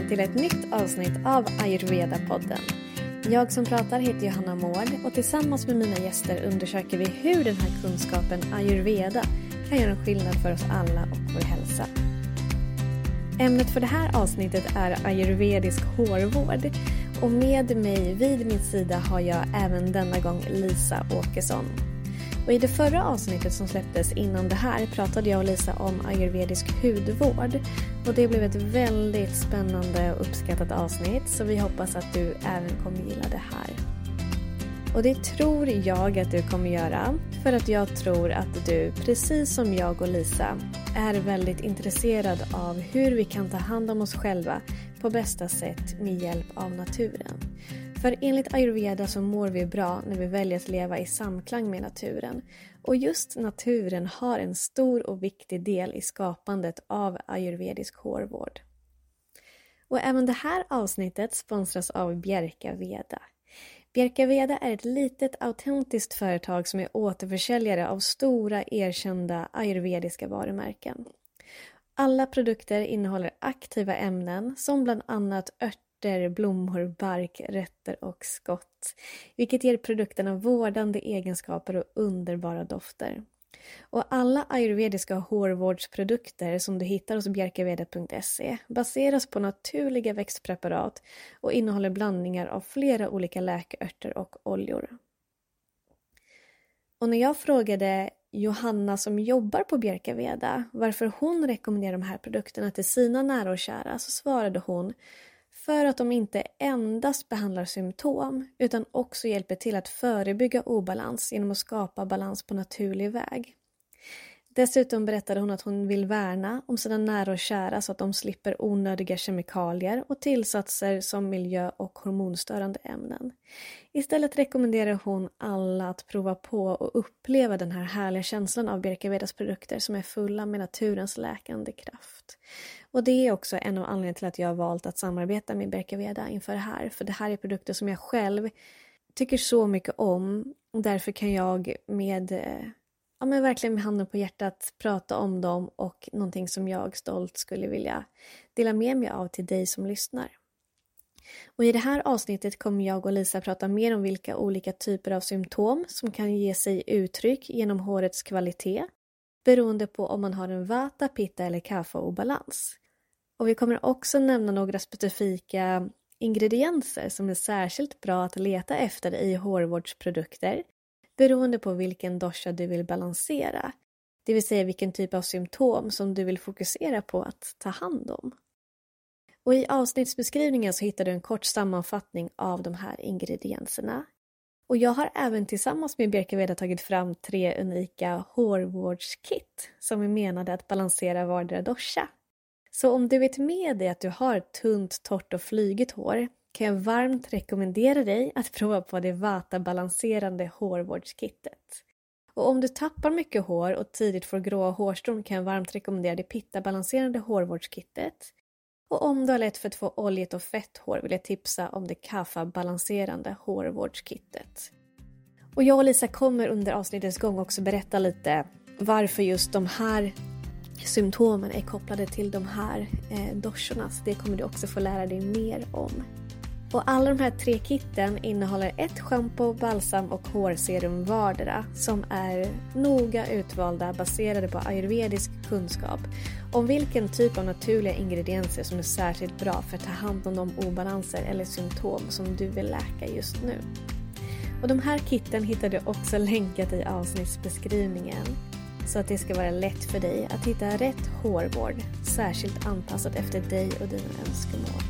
till ett nytt avsnitt av Ayurveda-podden. Jag som pratar heter Johanna Mård och tillsammans med mina gäster undersöker vi hur den här kunskapen Ayurveda kan göra en skillnad för oss alla och vår hälsa. Ämnet för det här avsnittet är ayurvedisk hårvård och med mig vid min sida har jag även denna gång Lisa Åkesson. Och i det förra avsnittet som släpptes innan det här pratade jag och Lisa om ayurvedisk hudvård. Och det blev ett väldigt spännande och uppskattat avsnitt så vi hoppas att du även kommer gilla det här. Och det tror jag att du kommer göra för att jag tror att du, precis som jag och Lisa, är väldigt intresserad av hur vi kan ta hand om oss själva på bästa sätt med hjälp av naturen. För enligt Ayurveda så mår vi bra när vi väljer att leva i samklang med naturen. Och just naturen har en stor och viktig del i skapandet av ayurvedisk hårvård. Och även det här avsnittet sponsras av Bjerkaveda. Bjerkaveda är ett litet autentiskt företag som är återförsäljare av stora erkända ayurvediska varumärken. Alla produkter innehåller aktiva ämnen som bland annat örter, blommor, bark, rötter och skott. Vilket ger produkterna vårdande egenskaper och underbara dofter. Och alla ayurvediska hårvårdsprodukter som du hittar hos bjerkaveda.se baseras på naturliga växtpreparat och innehåller blandningar av flera olika läkeörter och oljor. Och när jag frågade Johanna som jobbar på Bjerkaveda varför hon rekommenderar de här produkterna till sina nära och kära så svarade hon för att de inte endast behandlar symptom utan också hjälper till att förebygga obalans genom att skapa balans på naturlig väg. Dessutom berättade hon att hon vill värna om sina nära och kära så att de slipper onödiga kemikalier och tillsatser som miljö- och hormonstörande ämnen. Istället rekommenderar hon alla att prova på och uppleva den här härliga känslan av Bjerkavedas produkter som är fulla med naturens läkande kraft. Och det är också en av anledningarna till att jag har valt att samarbeta med Bjerkaveda inför det här. För det här är produkter som jag själv tycker så mycket om. Och därför kan jag verkligen med handen på hjärtat prata om dem och någonting som jag stolt skulle vilja dela med mig av till dig som lyssnar. Och i det här avsnittet kommer jag och Lisa prata mer om vilka olika typer av symptom som kan ge sig uttryck genom hårets kvalitet beroende på om man har en vata, pitta eller kapha-obalans. Och vi kommer också nämna några specifika ingredienser som är särskilt bra att leta efter i hårvårdsprodukter beroende på vilken dosha du vill balansera, det vill säga vilken typ av symptom som du vill fokusera på att ta hand om. Och i avsnittsbeskrivningen så hittar du en kort sammanfattning av de här ingredienserna. Och jag har även tillsammans med Bjerkaveda tagit fram 3 unika hårvårdskit som är menade att balansera vardera dosha. Så om du vet med dig att du har tunt, torrt och flygigt hår kan jag varmt rekommendera dig att prova på det vata-balanserande hårvårdskittet. Och om du tappar mycket hår och tidigt får gråa hårstrån kan jag varmt rekommendera det pitta-balanserande hårvårdskittet. Och om du har lätt för att få oljigt och fett hår vill jag tipsa om det kapha-balanserande hårvårdskittet. Och jag och Lisa kommer under avsnittets gång också berätta lite varför just de här symptomen är kopplade till de här doshorna. Så det kommer du också få lära dig mer om. Och alla de här 3 kitten innehåller ett shampoo, balsam och hårserum vardera som är noga utvalda baserade på ayurvedisk kunskap om vilken typ av naturliga ingredienser som är särskilt bra för att ta hand om de obalanser eller symptom som du vill läka just nu. Och de här kitten hittar du också länkat i avsnittsbeskrivningen så att det ska vara lätt för dig att hitta rätt hårvård särskilt anpassat efter dig och dina önskemål.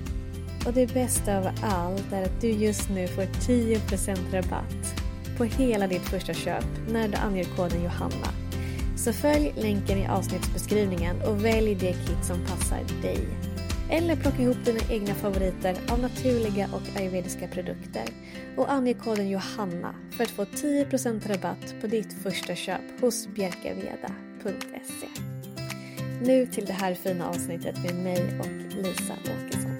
Och det bästa av allt är att du just nu får 10% rabatt på hela ditt första köp när du anger koden Johanna. Så följ länken i avsnittsbeskrivningen och välj det kit som passar dig. Eller plocka ihop dina egna favoriter av naturliga och ayurvediska produkter och ange koden Johanna för att få 10% rabatt på ditt första köp hos bjerkaveda.se. Nu till det här fina avsnittet med mig och Lisa Åkesson.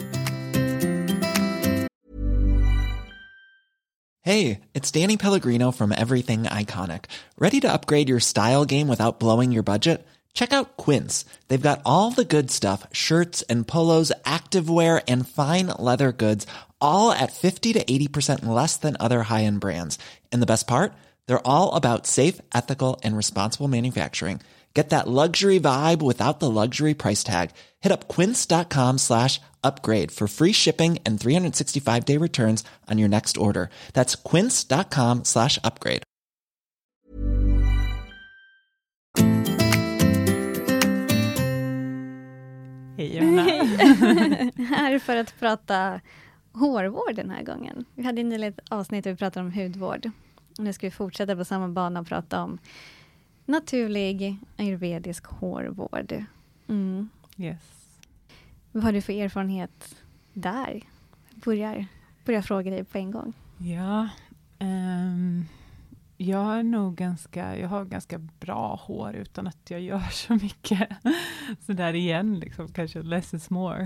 Hey, it's Danny Pellegrino from Everything Iconic. Ready to upgrade your style game without blowing your budget? Check out Quince. They've got all the good stuff, shirts and polos, activewear and fine leather goods, all at 50 to 80% less than other high-end brands. And the best part? They're all about safe, ethical, and responsible manufacturing. Get that luxury vibe without the luxury price tag. Hit up quince.com/upgrade for free shipping and 365-day returns on your next order. That's quince.com/upgrade. Hej Johanna. Här för att prata hårvård den här gången. Vi hade nyligen ett avsnitt där vi pratade om hudvård. Nu ska vi fortsätta på samma bana och prata om naturlig ayurvedisk hårvård. Mm. Yes. Vad har du för erfarenhet där? Börjar fråga dig på en gång. Ja, jag har ganska bra hår utan att jag gör så mycket. Så där igen, liksom, kanske less is more.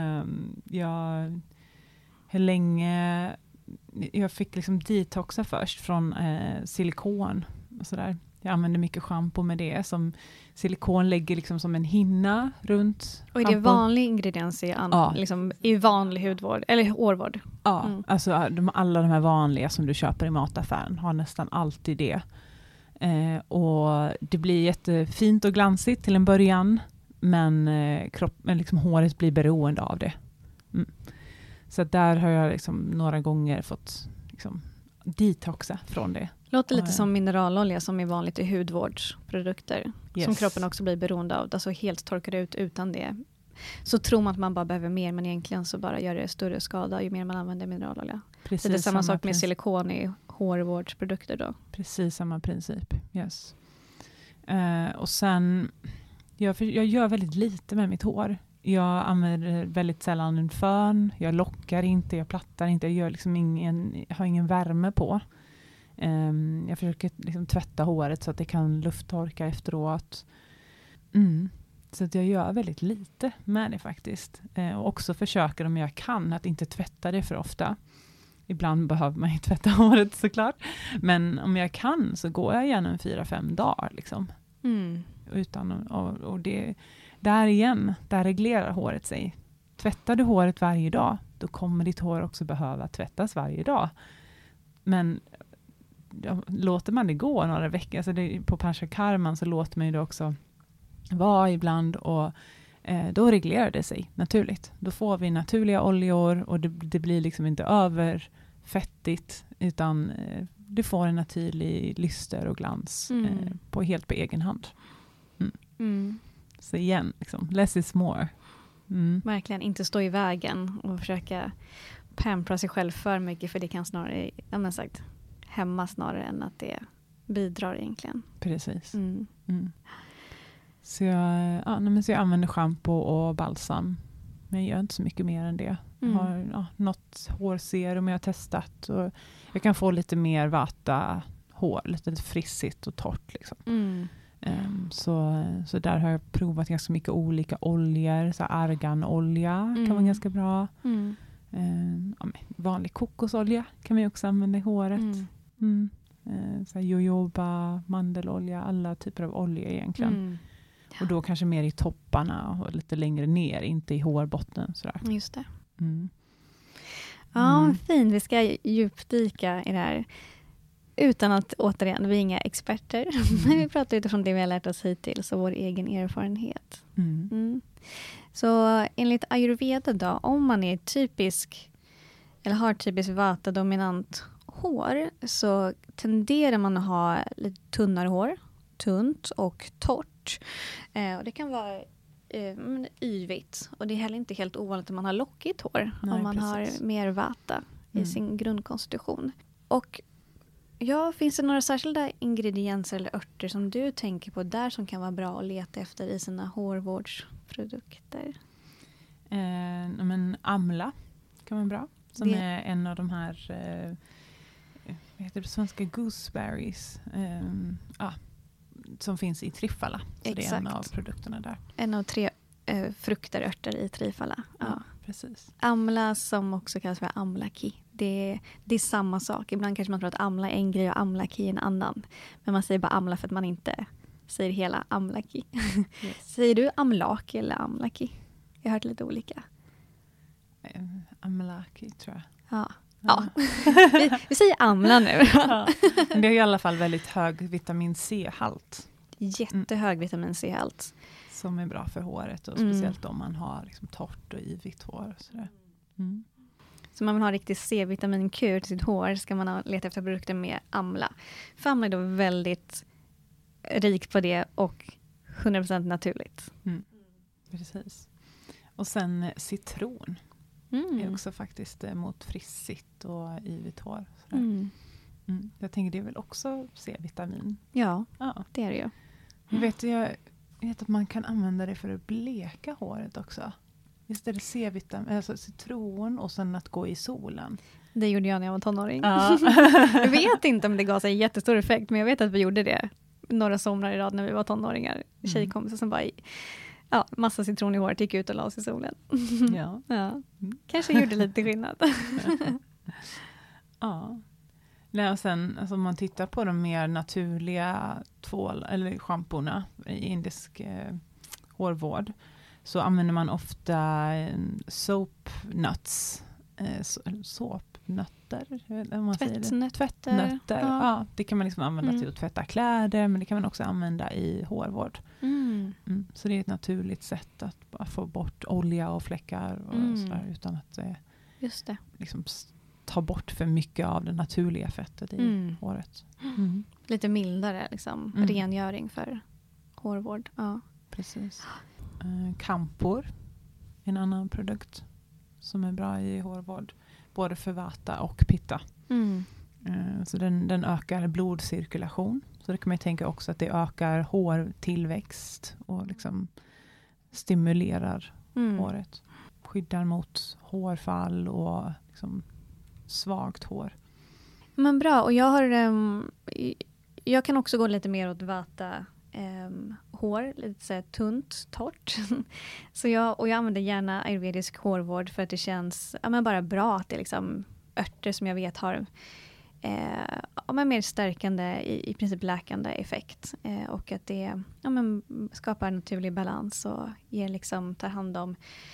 Jag fick liksom detoxa först från silikon och sådär. Jag använder mycket shampoo med det. Som silikon lägger liksom som en hinna runt. Och är det vanlig ingrediens i vanlig hudvård eller hårvård? Ja, alltså alla de här vanliga som du köper i mataffären har nästan alltid det. Och det blir jättefint och glansigt till en början. Men liksom håret blir beroende av det. Mm. Så där har jag liksom några gånger fått liksom detoxa från det. Låter lite som mineralolja som är vanligt i hudvårdsprodukter. Yes. Som kroppen också blir beroende av. Alltså helt torkar ut utan det. Så tror man att man bara behöver mer, men egentligen så bara gör det större skada ju mer man använder mineralolja. Precis, så det är samma sak med silikon i hårvårdsprodukter då. Precis samma princip, yes. Och sen, jag gör väldigt lite med mitt hår. Jag använder väldigt sällan en fön. Jag lockar inte, jag plattar inte. Jag gör liksom har ingen värme på. Jag försöker liksom tvätta håret så att det kan lufttorka efteråt. Så att jag gör väldigt lite med det faktiskt. Och också försöker om jag kan att inte tvätta det för ofta. Ibland behöver man ju tvätta håret såklart. Men om jag kan så går jag igenom 4-5 dagar liksom. Och det, där reglerar håret sig. Tvättar du håret varje dag, då kommer ditt hår också behöva tvättas varje dag. Men låter man det gå några veckor, alltså på Panchakarman så låter man ju det också vara ibland och då reglerar det sig naturligt. Då får vi naturliga oljor och det blir liksom inte överfettigt utan du får en naturlig lyster och glans helt på egen hand. Så igen, liksom, less is more. Verkligen inte stå i vägen och försöka pampra sig själv för mycket, för det kan snarare, hämma snarare än att det bidrar egentligen. Precis. Så jag använder shampoo och balsam. Men jag gör inte så mycket mer än det. Jag har något hårserum jag har testat. Och jag kan få lite mer vata hår. Lite frissigt och torrt liksom. Så där har jag provat ganska mycket olika oljor. Så arganolja kan vara ganska bra. Vanlig kokosolja kan man ju också använda i håret. Så jojoba, mandelolja, alla typer av olja egentligen. Och då kanske mer i topparna och lite längre ner, inte i hårbotten. Sådär. Just det. Ja, fint. Vi ska djupdyka i det här. Utan att, återigen, vi är inga experter. Men vi pratar utifrån det vi har lärt oss hittills och vår egen erfarenhet. Så enligt ayurveda då, om man är typisk eller har typiskt vata-dominant hår så tenderar man att ha lite tunnare hår. Tunt och torrt. Och det kan vara yvigt. Och det är heller inte helt ovanligt att man har lockigt hår. Nej, om man har mer vata i sin grundkonstitution. Och finns det några särskilda ingredienser eller örter som du tänker på där som kan vara bra att leta efter i sina hårvårdsprodukter? Men amla kan vara bra. Som är en av de här vad heter det på svenska? Gooseberries. Som finns i Trifala. Så det är en av produkterna där. En av 3 frukter, örter i Trifala. Ja, precis. Amla som också kallas för amlaki. Det är samma sak. Ibland kanske man tror att amla är en grej och amlaki är en annan. Men man säger bara amla för att man inte säger hela amlaki. Yes. Säger du amlaki eller amlaki? Jag har hört lite olika. Amlaki tror jag. Ja. Vi säger amla nu. Ja. Men det är i alla fall väldigt hög vitamin C-halt. Jättehög vitamin C-halt. Som är bra för håret och speciellt om man har liksom torrt och yvigt hår. Och sådär. Så om man vill ha riktigt C-vitaminkur till sitt hår ska man leta efter produkter med amla. För amla är då väldigt rik på det och 100% naturligt. Precis. Och sen citron är också faktiskt mot frissigt och yvigt hår. Jag tänker det är väl också C-vitamin. Ja, det är det ju. Jag vet att man kan använda det för att bleka håret också. Visst är det C-vitamin, alltså citron och sen att gå i solen. Det gjorde jag när jag var tonåring. Ja. Jag vet inte om det gav sig jättestor effekt, men jag vet att vi gjorde det några somrar i rad när vi var tonåringar. Tjejkompisar som bara massa citron i håret, gick ut och la oss i solen. Ja. Kanske gjorde lite skillnad. Ja. Nej, och sen alltså, om man tittar på de mer naturliga tvål eller schamporna i indisk hårvård så använder man ofta soap nuts. Såpnötter. Tvättnötter. Ja, det kan man liksom använda till att tvätta kläder, men det kan man också använda i hårvård. Så det är ett naturligt sätt att bara få bort olja och fläckar och sådär, utan att Just det. Liksom ta bort för mycket av det naturliga fettet i håret. Lite mildare liksom, rengöring för hårvård. Ja. Precis. Kampor, en annan produkt som är bra i hårvård. Både för vata och pitta. Så den ökar blodcirkulation. Så det kan man tänka också att det ökar hårtillväxt och liksom stimulerar håret. Skyddar mot hårfall och liksom svagt hår. Men bra, och jag kan också gå lite mer åt vata hår, lite så här tunt, torrt. Så jag använder gärna ayurvedisk hårvård för att det känns bara bra att det är liksom örter som jag vet har mer stärkande, i princip läkande effekt. Och att det skapar en naturlig balans och ger liksom, tar hand om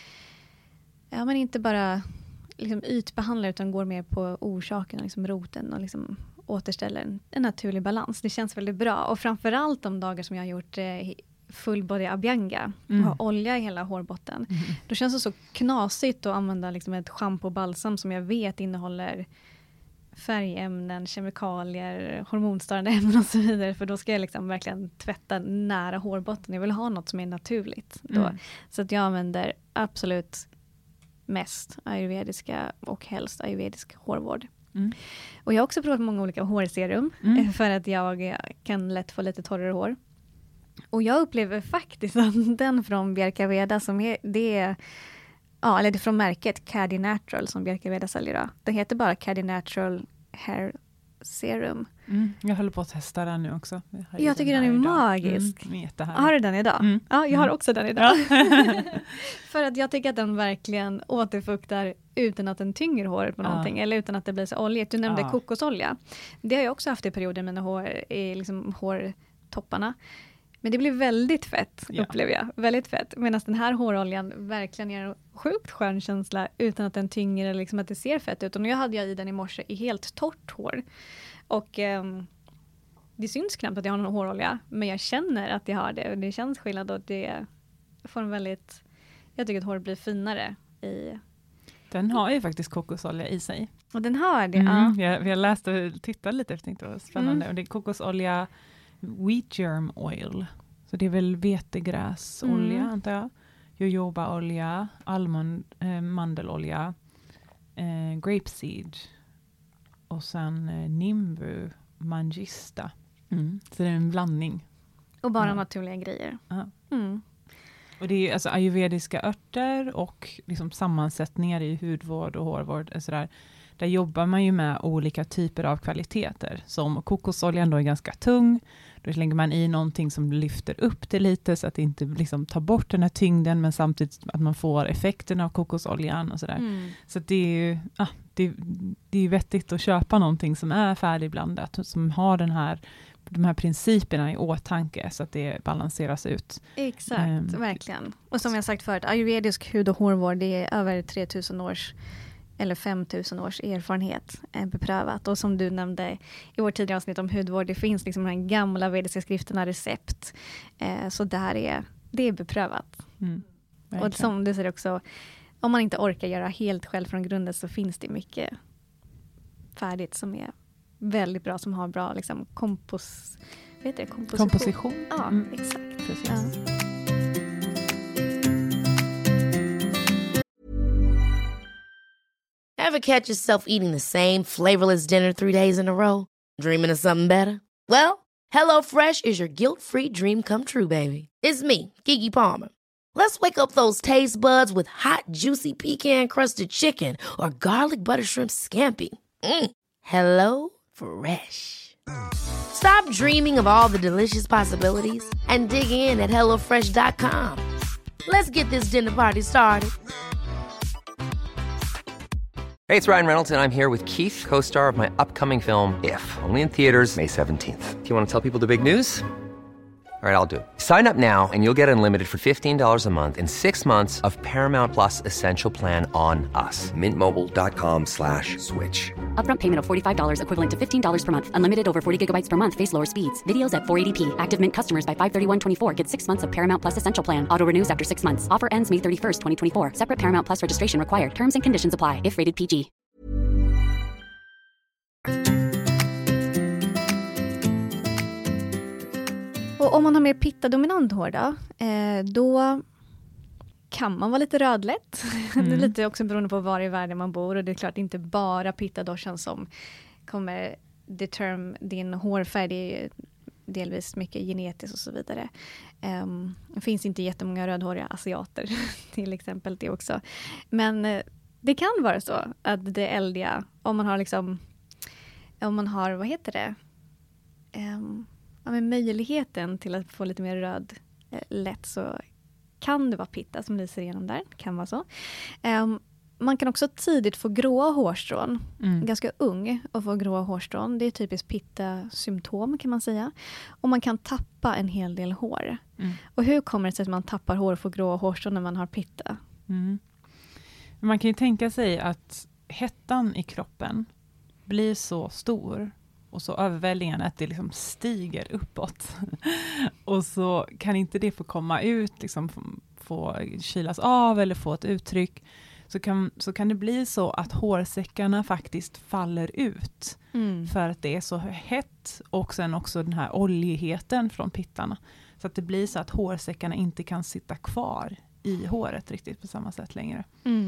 men inte bara liksom ytbehandlar utan går mer på orsaken, liksom roten och liksom återställer en naturlig balans. Det känns väldigt bra. Och framförallt de dagar som jag har gjort full body abhyanga och har olja i hela hårbotten. Då känns det så knasigt att använda liksom ett shampoo och balsam som jag vet innehåller färgämnen, kemikalier, hormonstörande ämnen och så vidare. För då ska jag liksom verkligen tvätta nära hårbotten. Jag vill ha något som är naturligt då. Så att jag använder absolut mest ayurvediska och helst ayurvedisk hårvård. Och jag har också provat många olika hårserum för att jag kan lätt få lite torrare hår. Och jag upplever faktiskt att den från Bjerka Veda som är, det är från märket Caddy Natural som Bjerka Veda säljer idag. Det heter bara Caddy Natural Hair Serum. Jag håller på att testa den nu också. Jag tycker den är magisk. Har du den idag? Ja, jag har också den idag. För att jag tycker att den verkligen återfuktar utan att den tynger håret på någonting. Eller utan att det blir så oljigt. Du nämnde kokosolja. Det har jag också haft i perioder med mina hår, i liksom hårtopparna. Men det blir väldigt fett, upplever jag. Väldigt fett. Medan den här håroljan verkligen ger en sjukt skön känsla utan att den tynger eller liksom att det ser fett ut. Och nu hade jag i den i morse i helt torrt hår. Och det syns knappt att jag har någon hårolja. Men jag känner att jag har det. Och det känns skillnad och det får en väldigt... Jag tycker att håret blir finare i... Den har ju faktiskt kokosolja i sig. Och den har det, Vi har läst och tittat lite efter det var spännande. Och det är kokosolja... Wheat germ oil. Så det är väl vetegräsolja antar jag. Jojobaolja, mandelolja, grapeseed och sen nimbu mangista. Så det är en blandning. Och bara naturliga grejer. Och det är alltså ayurvediska örter och liksom sammansättningar i hudvård och hårvård och sådär. Där jobbar man ju med olika typer av kvaliteter. Som kokosoljan då är ganska tung. Då lägger man i någonting som lyfter upp det lite så att det inte liksom tar bort den här tyngden men samtidigt att man får effekten av kokosoljan och sådär. Så att det är ju det är vettigt att köpa någonting som är färdigblandat och som har den här de här principerna i åtanke så att det balanseras ut. Exakt, verkligen. Och som jag sagt förut, ayurvedisk hud- och hårvård, det är över 3000 års eller 5000 års erfarenhet beprövat. Och som du nämnde i vårt tidigare avsnitt om hudvård, det finns liksom de här gamla vediska skrifterna, recept. Så det är beprövat. Och som du säger också, om man inte orkar göra helt själv från grunden så finns det mycket färdigt som är väldigt bra, som har bra liksom, komposition. Ja, exakt. Precis. Ja. Ever catch yourself eating the same flavorless dinner 3 days in a row? Dreaming of something better? Well, HelloFresh is your guilt-free dream come true, baby. It's me, Keke Palmer. Let's wake up those taste buds with hot, juicy pecan-crusted chicken or garlic butter shrimp scampi. Hello Fresh. Stop dreaming of all the delicious possibilities and dig in at HelloFresh.com. Let's get this dinner party started. Hey, it's Ryan Reynolds, and I'm here with Keith, co-star of my upcoming film, If, only in theaters May 17th. Do you want to tell people the big news? All right, I'll do it. Sign up now and you'll get unlimited for $15 a month and 6 months of Paramount Plus Essential Plan on us. MintMobile.com/switch. Upfront payment of $45 equivalent to $15 per month. Unlimited over 40 gigabytes per month. Face lower speeds. Videos at 480p. Active Mint customers by 531.24 get 6 months of Paramount Plus Essential Plan. Auto renews after 6 months. Offer ends May 31st, 2024. Separate Paramount Plus registration required. Terms and conditions apply if rated PG. Och om man har mer pitta-dominant hår då kan man vara lite rödlätt. Det är lite också beroende på var i världen man bor. Och det är klart inte bara pitta-doshan som kommer determine din hårfärg. Det är delvis mycket genetiskt och så vidare. Det finns inte jättemånga rödhåriga asiater till exempel det också. Men det kan vara så att det eldiga, om man har vad heter det? Med möjligheten till att få lite mer röd lätt så kan det vara pitta som lyser igenom där. Kan vara så. Man kan också tidigt få gråa hårstrån. Ganska ung och få gråa hårstrån. Det är typiskt pitta-symptom kan man säga. Och man kan tappa en hel del hår. Och hur kommer det sig att man tappar hår och får gråa hårstrån när man har pitta? Man kan ju tänka sig att hettan i kroppen blir så stor och så överväldigande att det liksom stiger uppåt. Och så kan inte det få komma ut, liksom få kylas av eller få ett uttryck. Så kan det bli så att hårsäckarna faktiskt faller ut. För att det är så hett och sen också den här oljigheten från pittarna. Så att det blir så att hårsäckarna inte kan sitta kvar i håret riktigt på samma sätt längre.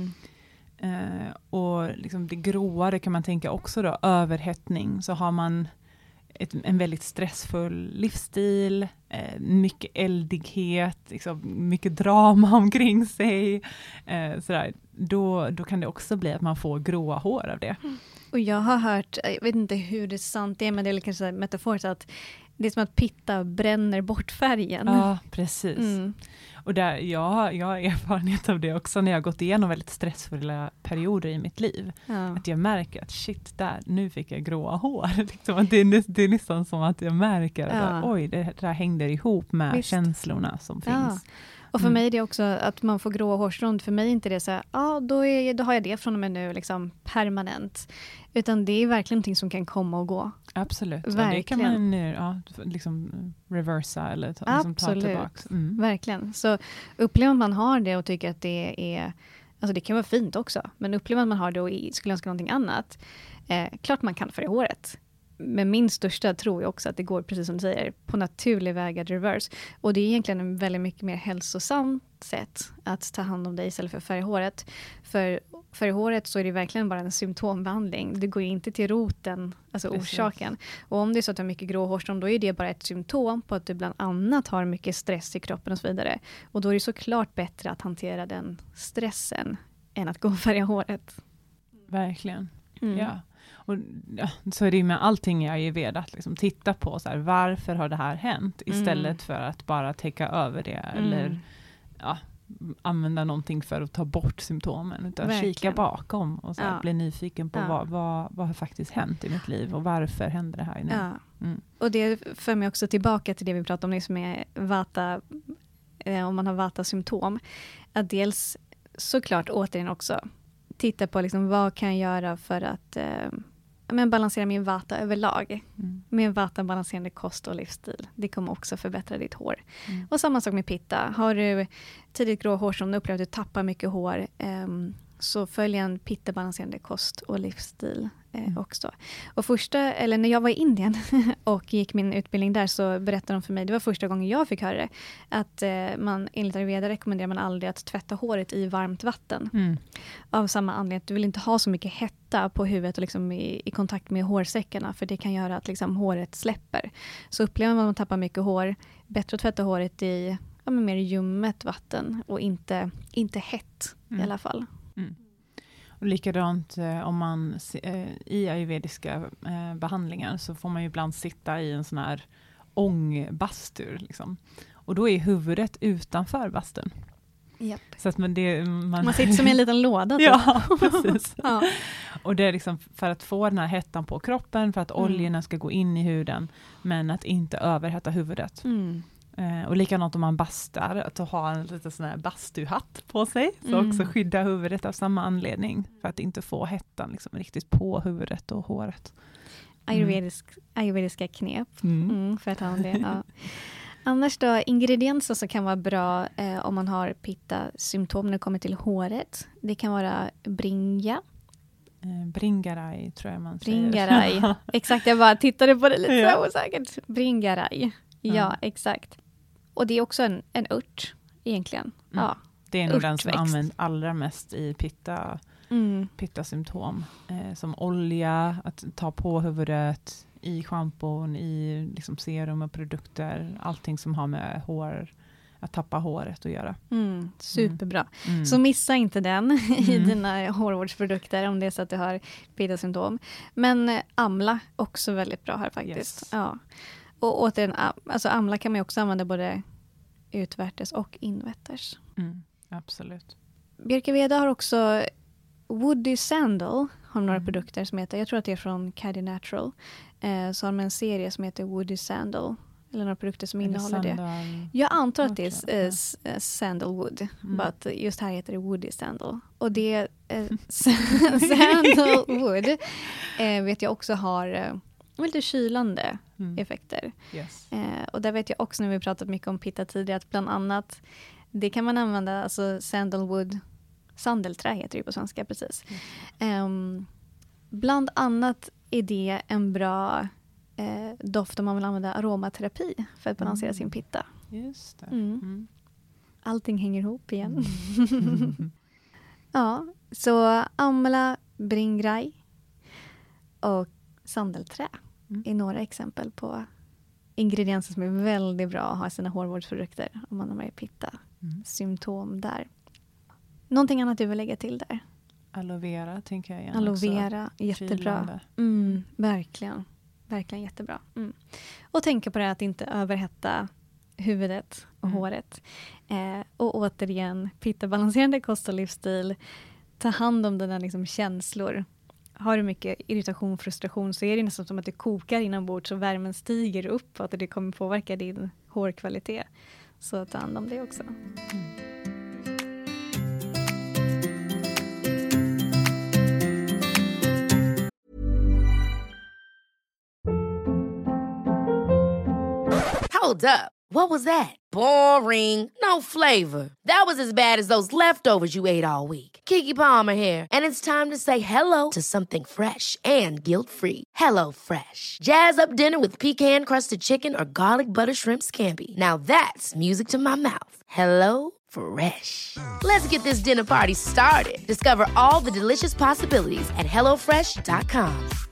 Och liksom det gråare kan man tänka också då, överhettning. Så har man en väldigt stressfull livsstil, mycket eldighet, liksom mycket drama omkring sig. Sådär. Då kan det också bli att man får gråa hår av det. Och jag har hört, jag vet inte hur det är sant det är, men det är kanske metaforiskt att det är som att pitta bränner bort färgen. Ja, precis. Och där, jag har erfarenhet av det också när jag har gått igenom väldigt stressfulla perioder i mitt liv. Att jag märker att shit, nu fick jag gråa hår. Liksom, att det är nästan som att jag märker att oj, det där hängde ihop med känslorna som finns. Och för mig är det också att man får gråa hårstrån. För mig är inte det så här, då har jag det från och med nu liksom permanent. Utan det är verkligen någonting som kan komma och gå. Absolut. Verkligen. Det kan man liksom reversa eller liksom ta tillbaka. Verkligen. Så upplever man har det och tycker att det är, alltså det kan vara fint också. Men upplever man har det och skulle önska någonting annat. Klart man kan färga håret. Men min största tror jag också att det går, precis som du säger, på naturlig väg att reverse. Och det är egentligen en väldigt mycket mer hälsosamt sätt att ta hand om dig istället för färghåret. För färghåret så är det verkligen bara en symptombehandling. Det går ju inte till roten, alltså orsaken. Och om det är så att du har mycket grå hårstrån, då är det bara ett symptom på att du bland annat har mycket stress i kroppen och så vidare. Och då är det såklart bättre att hantera den stressen än att gå och färga håret. Verkligen, ja. Och så är det ju med allting jag är ved att liksom titta på så här, varför har det här hänt istället för att bara täcka över det eller använda någonting för att ta bort symptomen, utan Verkligen. kika bakom och så här, bli nyfiken på vad har faktiskt hänt i mitt liv och varför händer det här nu. Ja. Och det för mig också tillbaka till det vi pratade om nyss med vata, om man har vata-symptom. Att dels såklart återigen också titta på liksom, vad kan jag göra för att balansera min vata överlag. Med vata-balanserande kost och livsstil. Det kommer också förbättra ditt hår. Och samma sak med pitta. Har du tidigt grå hår som du upplever att du tappar mycket hår, så följ en pitta-balanserande kost och livsstil också. Och när jag var i Indien och gick min utbildning där, så berättade de för mig, det var första gången jag fick höra det, att man enligt Ayurveda rekommenderar man aldrig att tvätta håret i varmt vatten. Av samma anledning att du vill inte ha så mycket hetta på huvudet och liksom i kontakt med hårsäckarna, för det kan göra att liksom håret släpper. Så upplever man att man tappar mycket hår, bättre att tvätta håret i mer ljummet vatten och inte hett i alla fall. Och likadant om man i ayurvediska behandlingar så får man ju ibland sitta i en sån här ångbastur liksom. Och då är huvudet utanför bastun. Yep. Så att man sitter som i en liten låda. Typ. Ja, precis. Ja. Och det är liksom för att få den här hettan på kroppen, för att oljorna ska gå in i huden, men att inte överhetta huvudet. Och likadant om man bastar, att ha en liten sån här bastuhatt på sig, så också skydda huvudet av samma anledning, för att inte få hettan liksom riktigt på huvudet och håret. Ayurvediska knep för att ha det. Ja. Annars då, ingredienser som kan vara bra om man har pitta-symptom när det kommer till håret. Det kan vara bringa. Bringaraj tror jag man säger. Bringaraj. Exakt, jag bara tittade på det lite så osäkert. Bringaraj. Ja, exakt. Och det är också en ört egentligen. Ja. Det är nog den som används allra mest i pitta-symptom. Som olja, att ta på huvudet, i schampon, i liksom serum och produkter. Allting som har med hår, att tappa håret att göra. Superbra. Så missa inte den i dina hårvårdsprodukter om det är så att du har pitta-symptom. Men amla också väldigt bra här faktiskt. Yes. Ja. Och återigen, alltså amla kan man också använda både utvärtes och invätters. Absolut. Bjerkaveda har också Woody Sandal, har några produkter som heter, jag tror att det är från Caddy Natural. Så har de en serie som heter Woody Sandal, eller några produkter som innehåller det. Jag antar att det är sandalwood, but just här heter det Woody Sandal. Och det sandalwood vet jag också har lite kylande effekter. Yes. Och där vet jag också, när vi pratat mycket om pitta tidigare, att bland annat det kan man använda, alltså sandalwood, sandelträ heter det på svenska, precis. Bland annat är det en bra doft om man vill använda aromaterapi för att balansera sin pitta. Just det. Allting hänger ihop igen. Ja, så amla, bringraj och sandelträ är några exempel på ingredienser som är väldigt bra att ha i sina hårvårdsprodukter om man har med pitta. Symptom där. Någonting annat du vill lägga till där? Aloe vera tänker jag igen. Aloe vera, också. jättebra. Verkligen. Verkligen jättebra. Och tänka på det att inte överhetta huvudet och håret. Och återigen, pitta-balanserande kost och livsstil. Ta hand om dina liksom känslor. Har du mycket irritation, frustration, så är det nästan som att det kokar inombords, så värmen stiger upp och att det kommer påverka din hårkvalitet. Så ta hand om det också. Hold up. What was that? Boring. No flavor. That was as bad as those leftovers you ate all week. Keke Palmer here, and it's time to say hello to something fresh and guilt-free. Hello Fresh. Jazz up dinner with pecan-crusted chicken or garlic butter shrimp scampi. Now that's music to my mouth. Hello Fresh. Let's get this dinner party started. Discover all the delicious possibilities at hellofresh.com.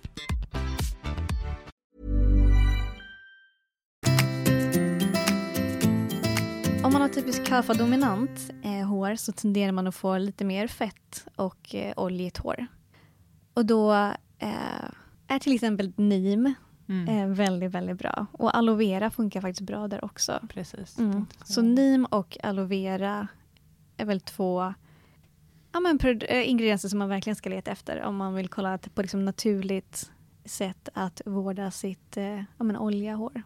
Om man har typiskt kapha-dominant hår så tenderar man att få lite mer fett och oljigt hår. Och då är till exempel neem väldigt, väldigt bra. Och aloe vera funkar faktiskt bra där också. Precis. Så neem och aloe vera är väl 2 ingredienser som man verkligen ska leta efter om man vill kolla på liksom naturligt sätt att vårda sitt olja hår.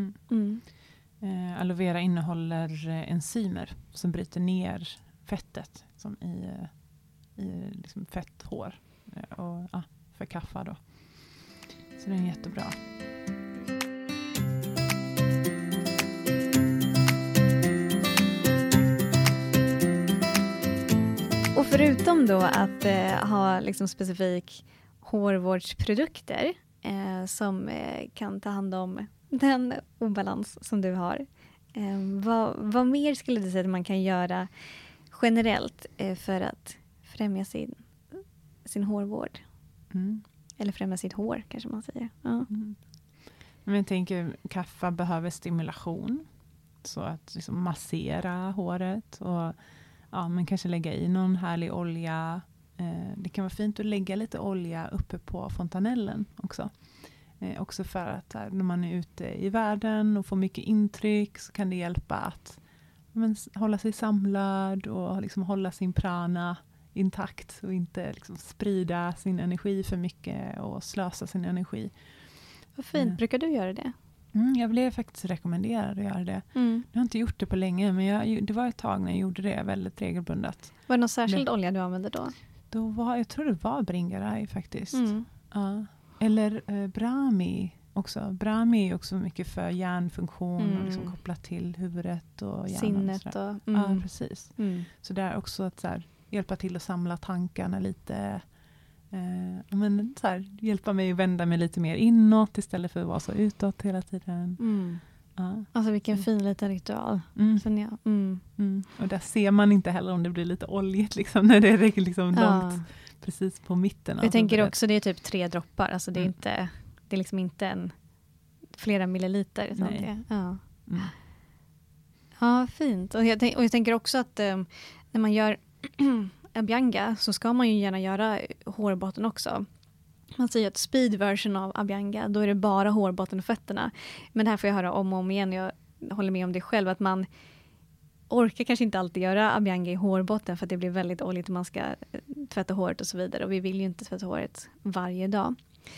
Aloe vera innehåller enzymer som bryter ner fettet som i liksom fetthår och för kaffa då. Så det är jättebra. Och förutom då att ha liksom specifik hårvårdsprodukter som kan ta hand om den obalans som du har. Vad mer skulle du säga att man kan göra generellt för att främja sin hårvård? Eller främja sitt hår kanske man säger. Ja. Men jag tänker kaffa behöver stimulation. Så att liksom massera håret och men kanske lägga i någon härlig olja. Det kan vara fint att lägga lite olja uppe på fontanellen också. Också för att när man är ute i världen och får mycket intryck så kan det hjälpa att hålla sig samlad och liksom hålla sin prana intakt och inte liksom sprida sin energi för mycket och slösa sin energi. Vad fint. Brukar du göra det? Jag blev faktiskt rekommenderad att göra det. Jag har inte gjort det på länge, men det var ett tag när jag gjorde det väldigt regelbundet. Var det någon särskild olja du använde då? Jag tror det var Bringarai faktiskt. Ja. Eller Brahmi också. Brahmi är också mycket för hjärnfunktion och liksom kopplat till huvudet och hjärnan. Sinnet. Ja, precis. Så det är också att hjälpa till att samla tankarna lite. Hjälpa mig att vända mig lite mer inåt istället för att vara så utåt hela tiden. Alltså vilken fin liten ritual. Och där ser man inte heller om det blir lite oljigt liksom, när det räcker liksom långt precis på mitten. Jag tänker också det är typ 3 droppar. Alltså det är inte, det är liksom inte flera milliliter. Nej. Ja, fint. Och jag tänker också att när man gör Abhyanga så ska man ju gärna göra hårbotten också. Man säger att speed version av Abhyanga, då är det bara hårbotten och fötterna. Men det här får jag höra om och om igen. Jag håller med om det själv, att man orkar kanske inte alltid göra Abhyanga i hårbotten för att det blir väldigt oljigt och man ska tvätta håret och så vidare. Och vi vill ju inte tvätta håret varje dag.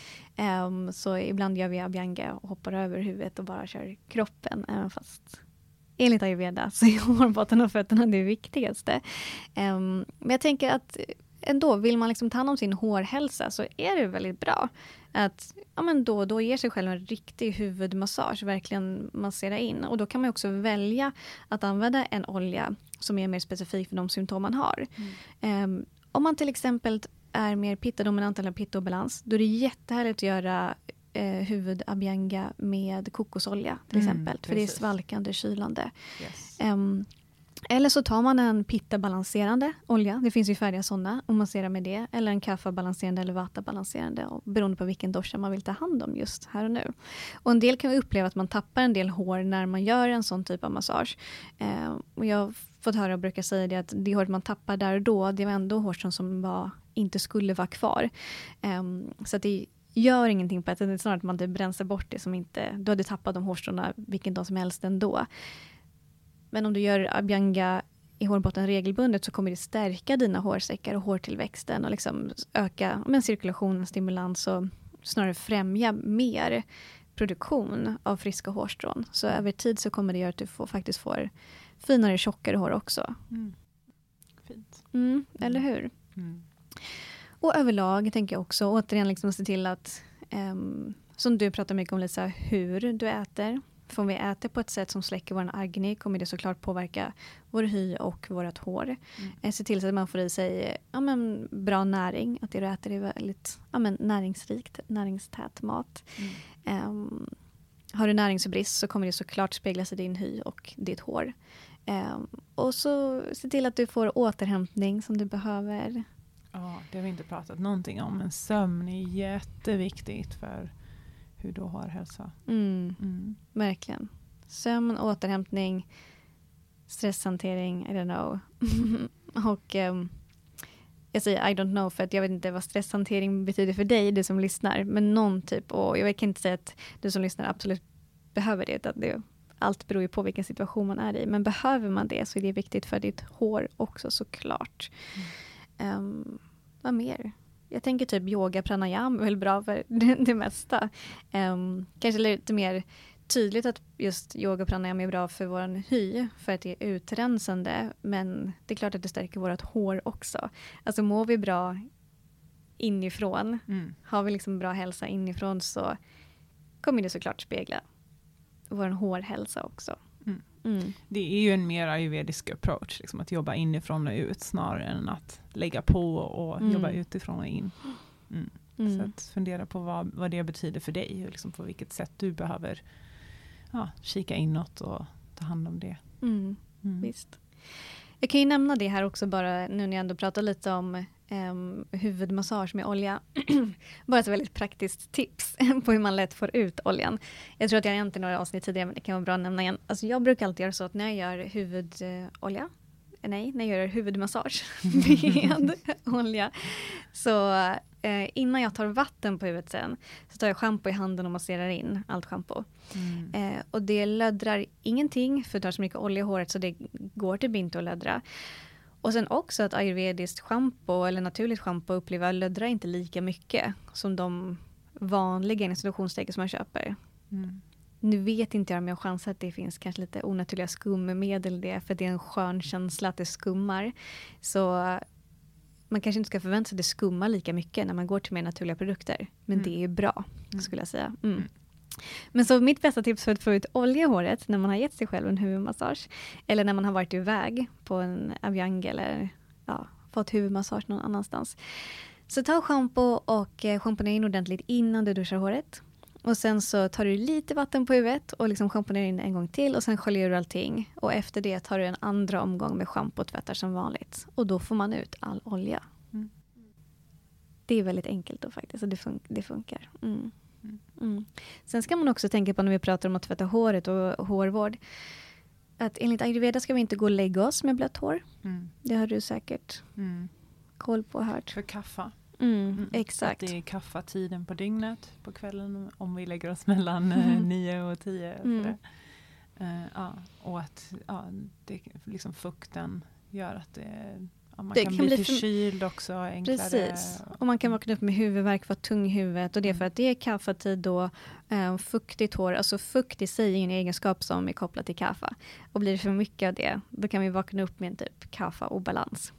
Så ibland gör vi Abhyanga och hoppar över huvudet och bara kör kroppen. Även fast enligt ayurveda så är hårbotten och fötterna det viktigaste. Men jag tänker att ändå vill man liksom ta hand om sin hårhälsa så är det väldigt bra att då ger sig själv en riktig huvudmassage, verkligen massera in. Och då kan man också välja att använda en olja som är mer specifik för de symptom man har. Om man till exempel är mer pitta-dominant eller pitta-obalans, då är det jättehärligt att göra huvud-abhyanga med kokosolja till exempel. För det är svalkande, kylande. Yes. Eller så tar man en pitta-balanserande olja. Det finns ju färdiga sådana och masserar med det. Eller en kaffa-balanserande eller vata-balanserande. Beroende på vilken dosha man vill ta hand om just här och nu. Och en del kan uppleva att man tappar en del hår när man gör en sån typ av massage. Och jag har fått höra och brukar säga det att det håret man tappar där och då, det var ändå hårstrån som inte skulle vara kvar. Så att det gör ingenting på ett sätt. Det är snarare att man typ bränsar bort det som inte... Du hade tappat de hårstråna vilken dag som helst ändå. Men om du gör Abhyanga i hårbotten regelbundet så kommer det stärka dina hårsäckar och hårtillväxten och liksom öka cirkulation, stimulans och snarare främja mer produktion av friska hårstrån. Så över tid så kommer det göra att du faktiskt får finare, tjockare hår också. Fint. Eller hur? Och överlag tänker jag också återigen liksom se till att som du pratar mycket om lite så här, hur du äter. För om vi äter på ett sätt som släcker vår agni kommer det såklart påverka vår hy och vårt hår. Se till så att man får i sig bra näring. Att det du äter är väldigt näringsrikt, näringstät mat. Har du näringsbrist så kommer det såklart speglas i din hy och ditt hår. Och så se till att du får återhämtning som du behöver. Ja, det har vi inte pratat någonting om. Men sömn är jätteviktigt för hur du har hälsa. Verkligen. Sömn, återhämtning, stresshantering, I don't know. Och jag säger I don't know för att jag vet inte vad stresshantering betyder för dig, du som lyssnar. Men någon typ, och jag kan inte säga att du som lyssnar absolut behöver det. Att allt beror ju på vilken situation man är i. Men behöver man det så är det viktigt för ditt hår också såklart. Vad mer? Jag tänker typ yoga, pranayam är väl bra för det mesta. Kanske lite mer tydligt att just yoga och pranayam är bra för våran hy. För att det är utrensande. Men det är klart att det stärker vårt hår också. Alltså mår vi bra inifrån. Har vi liksom bra hälsa inifrån så kommer det såklart spegla vår hårhälsa också. Det är ju en mer ayurvedisk approach, liksom, att jobba inifrån och ut snarare än att lägga på och jobba utifrån och in. Så att fundera på vad det betyder för dig och liksom på vilket sätt du behöver kika inåt och ta hand om det. Visst. Jag kan ju nämna det här också bara nu när jag ändå pratar lite om huvudmassage med olja. Bara ett väldigt praktiskt tips på hur man lätt får ut oljan. Jag tror att jag har nämnt i några avsnitt tidigare, men det kan vara bra att nämna igen. Alltså jag brukar alltid göra så att när jag gör när jag gör huvudmassage med olja så innan jag tar vatten på huvudet sen så tar jag shampoo i handen och masserar in allt shampoo. Och det löddrar ingenting för det tar så mycket olja i håret så det går typ inte att löddra. Och sen också att ayurvediskt shampoo eller naturligt shampoo upplever löddrar inte lika mycket som de vanliga institutionstecken som man köper. Nu vet inte jag om jag chansar att det finns kanske lite onaturliga skummedel i det för det är en skön känsla att det skummar. Så man kanske inte ska förvänta sig att det skummar lika mycket när man går till mer naturliga produkter. Men det är bra, skulle jag säga. Men så mitt bästa tips för att få ut olja i håret när man har gett sig själv en huvudmassage eller när man har varit iväg på en Aviang eller fått huvudmassage någon annanstans. Så ta shampoo och schamponera in ordentligt innan du duschar håret. Och sen så tar du lite vatten på huvudet och liksom schamponerar in en gång till och sen sköljer du allting. Och efter det tar du en andra omgång med shampoo och tvättar som vanligt. Och då får man ut all olja. Det är väldigt enkelt då faktiskt och det funkar. Sen ska man också tänka på när vi pratar om att tvätta håret och hårvård. Att enligt ayurveda ska vi inte gå och lägga oss med blött hår. Det har du säkert koll på och hört. För kaffa. Exakt. Att det är kaffatiden på dygnet på kvällen om vi lägger oss mellan 9 och 10. Och att det, liksom fukten gör att man kan bli förkyld också enklare. Precis. Och man kan vakna upp med huvudvärk, få tung i huvudet. Och det är för att det är kaffatid då. Fuktigt hår. Alltså fukt i sig är en egenskap som är kopplad till kaffa. Och blir det för mycket av det, då kan vi vakna upp med en typ kaffa-obalans.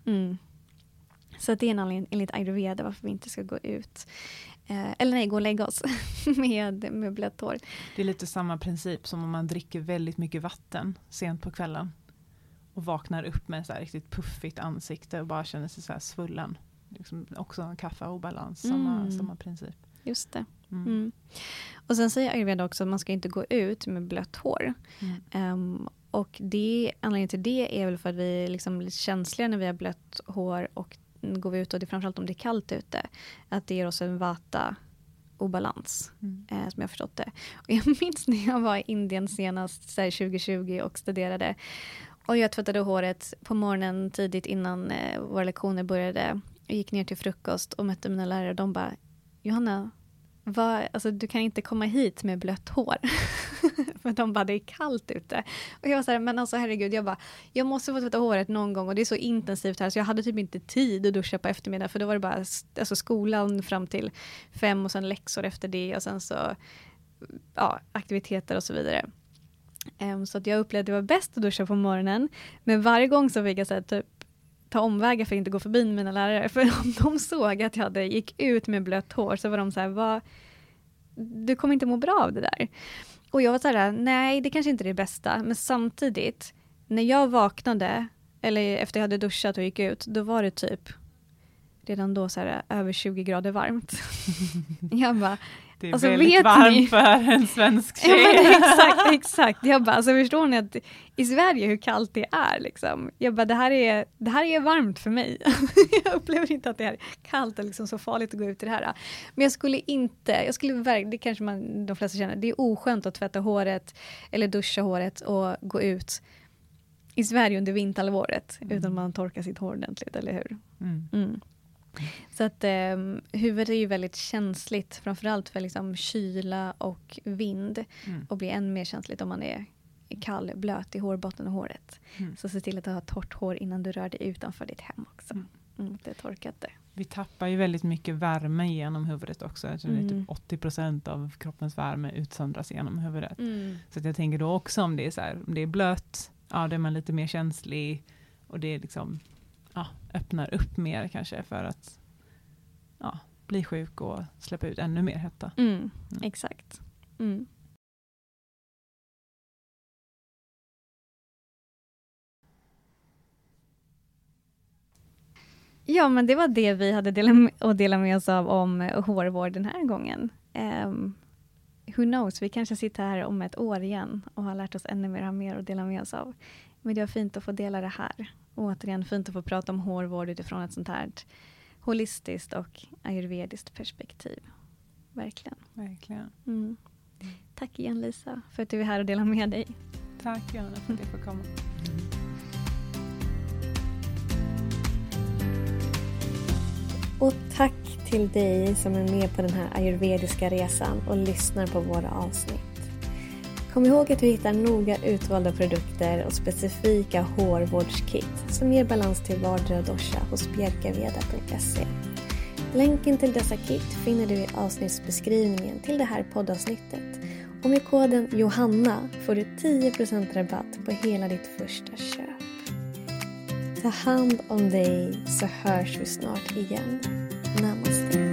Så det är en anledning enligt ayurveda varför vi inte ska gå ut. Gå och lägga oss med blött hår. Det är lite samma princip som om man dricker väldigt mycket vatten sent på kvällen. Och vaknar upp med så här riktigt puffigt ansikte och bara känner sig så här svullen. Liksom också en kaffa-obalans, samma princip. Just det. Och sen säger ayurveda också att man ska inte gå ut med blött hår. Och anledningen till det är väl för att vi är liksom lite känsliga när vi har blött hår och går vi ut och det är framförallt om det är kallt ute. Att det ger oss en vata-obalans som jag har förstått det. Och jag minns när jag var i Indien senast 2020 och studerade. Och jag tvättade håret på morgonen tidigt innan våra lektioner började. Jag gick ner till frukost och mötte mina lärare. De bara, Johanna, du kan inte komma hit med blött hår. För de bara, det är kallt ute. Och jag var så här, men alltså herregud, jag måste få tvätta håret någon gång. Och det är så intensivt här så jag hade typ inte tid att duscha på eftermiddag. För då var det bara skolan fram till 5 och sen läxor efter det. Och sen så aktiviteter och så vidare. Så att jag upplevde att det var bäst att duscha på morgonen. Men varje gång så fick jag så här, typ ta omvägar för att inte gå förbi mina lärare. För om de såg att jag gick ut med blött hår så var de så här, du kommer inte må bra av det där. Och jag var så här, nej det kanske inte är det bästa. Men samtidigt, när jag vaknade, eller efter jag hade duschat och gick ut, då var det typ redan då så här, över 20 grader varmt. Jag bara, det är väldigt varmt för en svensk tjej. Ja, exakt. Jag bara, alltså förstår ni att i Sverige hur kallt det är liksom. Jag bara, det här är varmt för mig. Jag upplever inte att det är kallt och liksom så farligt att gå ut i det här. Men jag skulle verkligen, det kanske de flesta känner, det är oskönt att tvätta håret eller duscha håret och gå ut i Sverige under vinterhalvåret utan man torkar sitt hår ordentligt, eller hur? Så att huvudet är ju väldigt känsligt, framförallt för liksom kyla och vind och blir än mer känsligt om man är kall, blöt i hårbotten och håret. Så se till att du har torrt hår innan du rör dig utanför ditt hem också. Det är torkat det. Vi tappar ju väldigt mycket värme genom huvudet också. Det är typ 80% av kroppens värme utsöndras genom huvudet. Så att jag tänker då också om det är så här, om det är blött, ja, då är man lite mer känslig och det liksom öppnar upp mer kanske för att bli sjuk och släppa ut ännu mer hetta. Exakt. Ja, men det var det vi hade dela med oss av om hårvård den här gången. Who knows, vi kanske sitter här om ett år igen och har lärt oss ännu mer, har mer att dela med oss av. Men det var fint att få dela det här. Och återigen fint att få prata om hårvård utifrån ett sånt här holistiskt och ayurvediskt perspektiv. Verkligen. Tack igen Lisa för att du är här och delar med dig. Tack Johanna för att jag får komma. Och tack till dig som är med på den här ayurvediska resan och lyssnar på våra avsnitt. Kom ihåg att du hittar noga utvalda produkter och specifika hårvårdskit som ger balans till vardera dosha hos bjerkaveda.se. Länken till dessa kit finner du i avsnittsbeskrivningen till det här poddavsnittet. Och med koden Johanna får du 10% rabatt på hela ditt första köp. Ta hand om dig så hörs vi snart igen. Namaste.